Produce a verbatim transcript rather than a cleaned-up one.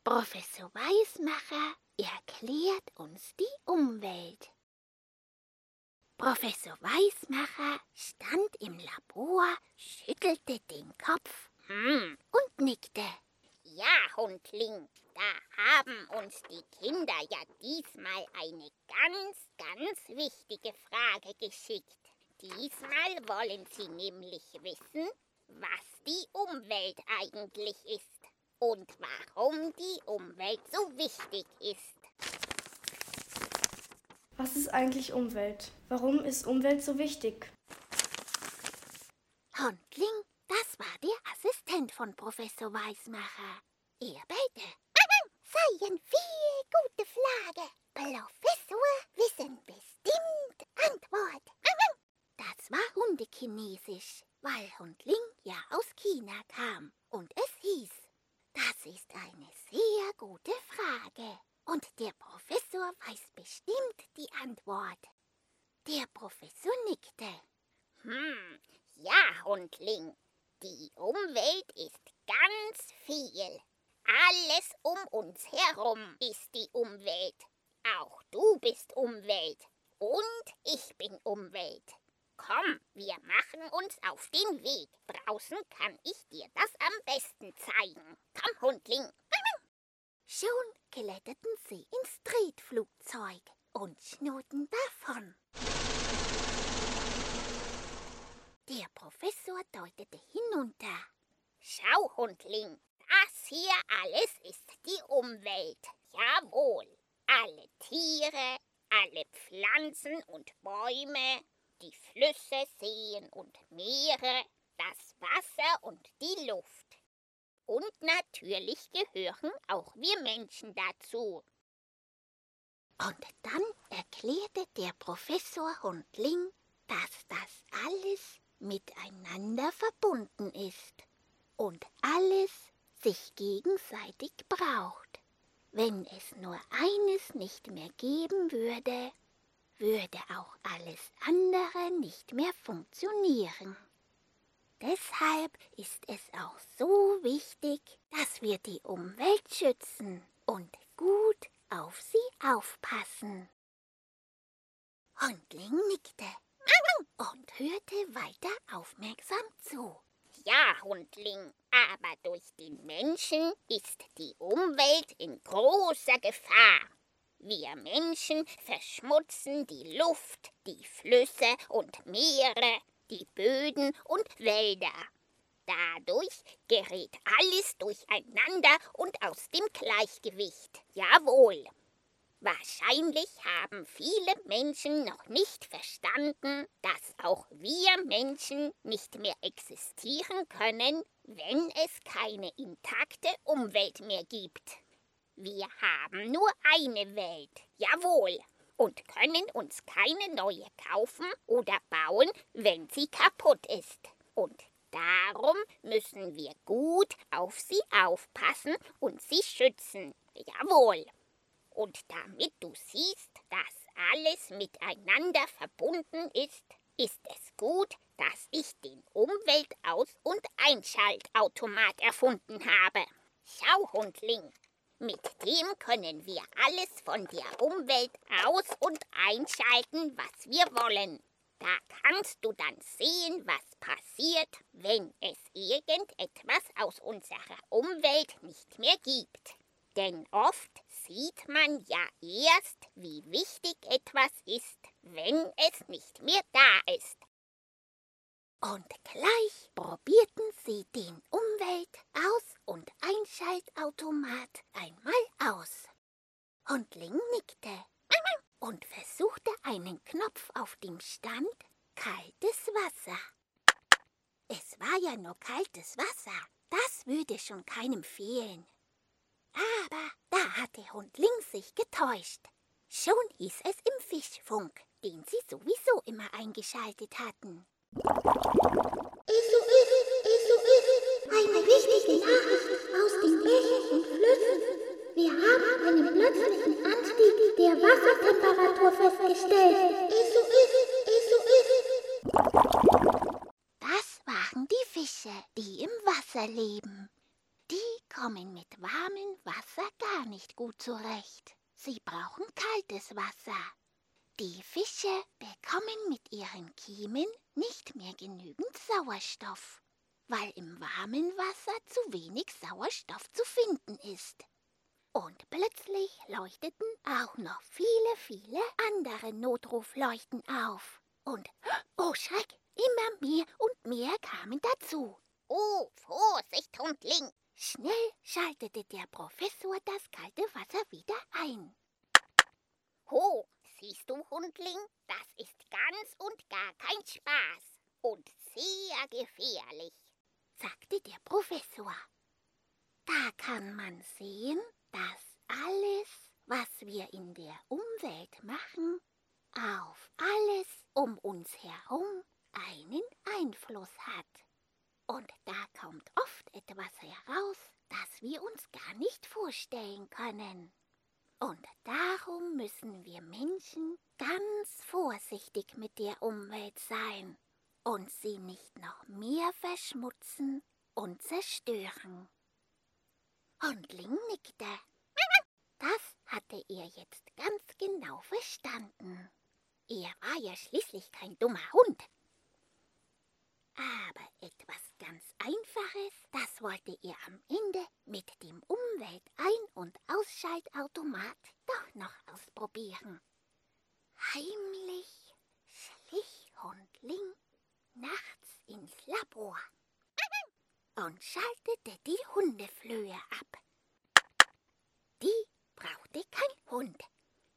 Professor Weismacher erklärt uns die Umwelt. Professor Weismacher stand im Labor, schüttelte den Kopf Hm, und nickte. ja, Hundling, da haben uns die Kinder ja diesmal eine ganz, ganz wichtige Frage geschickt. Diesmal wollen sie nämlich wissen, was die Umwelt eigentlich ist und warum die Umwelt so wichtig ist. Was ist eigentlich Umwelt? Warum ist Umwelt so wichtig? Hundling, das war der Assistent von Professor Weismacher. Er bellte. Seien viel gute Frage. Professor wissen bestimmt Antwort. Das war Hundechinesisch, weil Hundling ja aus China kam und es hieß, das ist eine sehr gute Frage. Und der Professor weiß bestimmt die Antwort. Der Professor nickte. Hm, ja, Hundling, die Umwelt ist ganz viel. Alles um uns herum ist die Umwelt. Auch du bist Umwelt und ich bin Umwelt. Komm, wir machen uns auf den Weg. Draußen kann ich dir das am besten zeigen. Komm, Hundling. Schon kletterten sie ins Tretflugzeug und schnurrten davon. Der Professor deutete hinunter. Schau, Hundling, das hier alles ist die Umwelt. Jawohl, alle Tiere, alle Pflanzen und Bäume, die Flüsse, Seen und Meere, das Wasser und die Luft. Und natürlich gehören auch wir Menschen dazu. Und dann erklärte der Professor Hundling, dass das alles miteinander verbunden ist und alles sich gegenseitig braucht. Wenn es nur eines nicht mehr geben würde, würde auch alles andere nicht mehr funktionieren. Deshalb ist es auch so wichtig, dass wir die Umwelt schützen und gut auf sie aufpassen. Hundling nickte und hörte weiter aufmerksam zu. Ja, Hundling, aber durch den Menschen ist die Umwelt in großer Gefahr. Wir Menschen verschmutzen die Luft, die Flüsse und Meere, die Böden und Wälder. Dadurch gerät alles durcheinander und aus dem Gleichgewicht. Jawohl. Wahrscheinlich haben viele Menschen noch nicht verstanden, dass auch wir Menschen nicht mehr existieren können, wenn es keine intakte Umwelt mehr gibt. Wir haben nur eine Welt, jawohl, und können uns keine neue kaufen oder bauen, wenn sie kaputt ist. Und darum müssen wir gut auf sie aufpassen und sie schützen, jawohl. Und damit du siehst, dass alles miteinander verbunden ist, ist es gut, dass ich den Umweltaus- und Einschaltautomat erfunden habe. Schau, Hundling, mit dem können wir alles von der Umwelt aus- und einschalten, was wir wollen. Da kannst du dann sehen, was passiert, wenn es irgendetwas aus unserer Umwelt nicht mehr gibt. Denn oft sieht man ja erst, wie wichtig etwas ist, wenn es nicht mehr da ist. Und gleich probierten sie den Umweltaus- und Einschaltautomat einmal aus. Hundling nickte und versuchte einen Knopf auf dem Stand kaltes Wasser. Es war ja nur kaltes Wasser, das würde schon keinem fehlen. Aber da hatte Hundling sich getäuscht. Schon hieß es im Fischfunk, den sie sowieso immer eingeschaltet hatten. S O S, S O S, eine wichtige Nachricht aus den Bächen und Flüssen. Wir haben einen plötzlichen Anstieg der Wassertemperatur festgestellt. S O S, S O S. Das waren die Fische, die im Wasser leben. Die kommen mit warmem Wasser gar nicht gut zurecht. Sie brauchen kaltes Wasser. Die Fische bekommen mit ihren Kiemen nicht mehr genügend Sauerstoff, weil im warmen Wasser zu wenig Sauerstoff zu finden ist. Und plötzlich leuchteten auch noch viele, viele andere Notrufleuchten auf. Und, oh Schreck, immer mehr und mehr kamen dazu. Oh, Vorsicht, Hundling! Schnell schaltete der Professor das kalte Wasser wieder ein. Ho, siehst du, Hundling, das ist ganz und gar kein Spaß und sehr gefährlich, sagte der Professor. Da kann man sehen, dass alles, was wir in der Umwelt machen, auf alles um uns herum einen Einfluss hat. Und da kommt oft etwas heraus, das wir uns gar nicht vorstellen können. Und darum müssen wir Menschen ganz vorsichtig mit der Umwelt sein und sie nicht noch mehr verschmutzen und zerstören. Hundling nickte. Das hatte er jetzt ganz genau verstanden. Er war ja schließlich kein dummer Hund. Aber etwas ganz Einfaches, das wollte er am Ende mit dem Umwelt-Ein- und Ausschaltautomat doch noch ausprobieren. Heimlich schlich Hundling nachts ins Labor und schaltete die Hundeflöhe ab. Die brauchte kein Hund.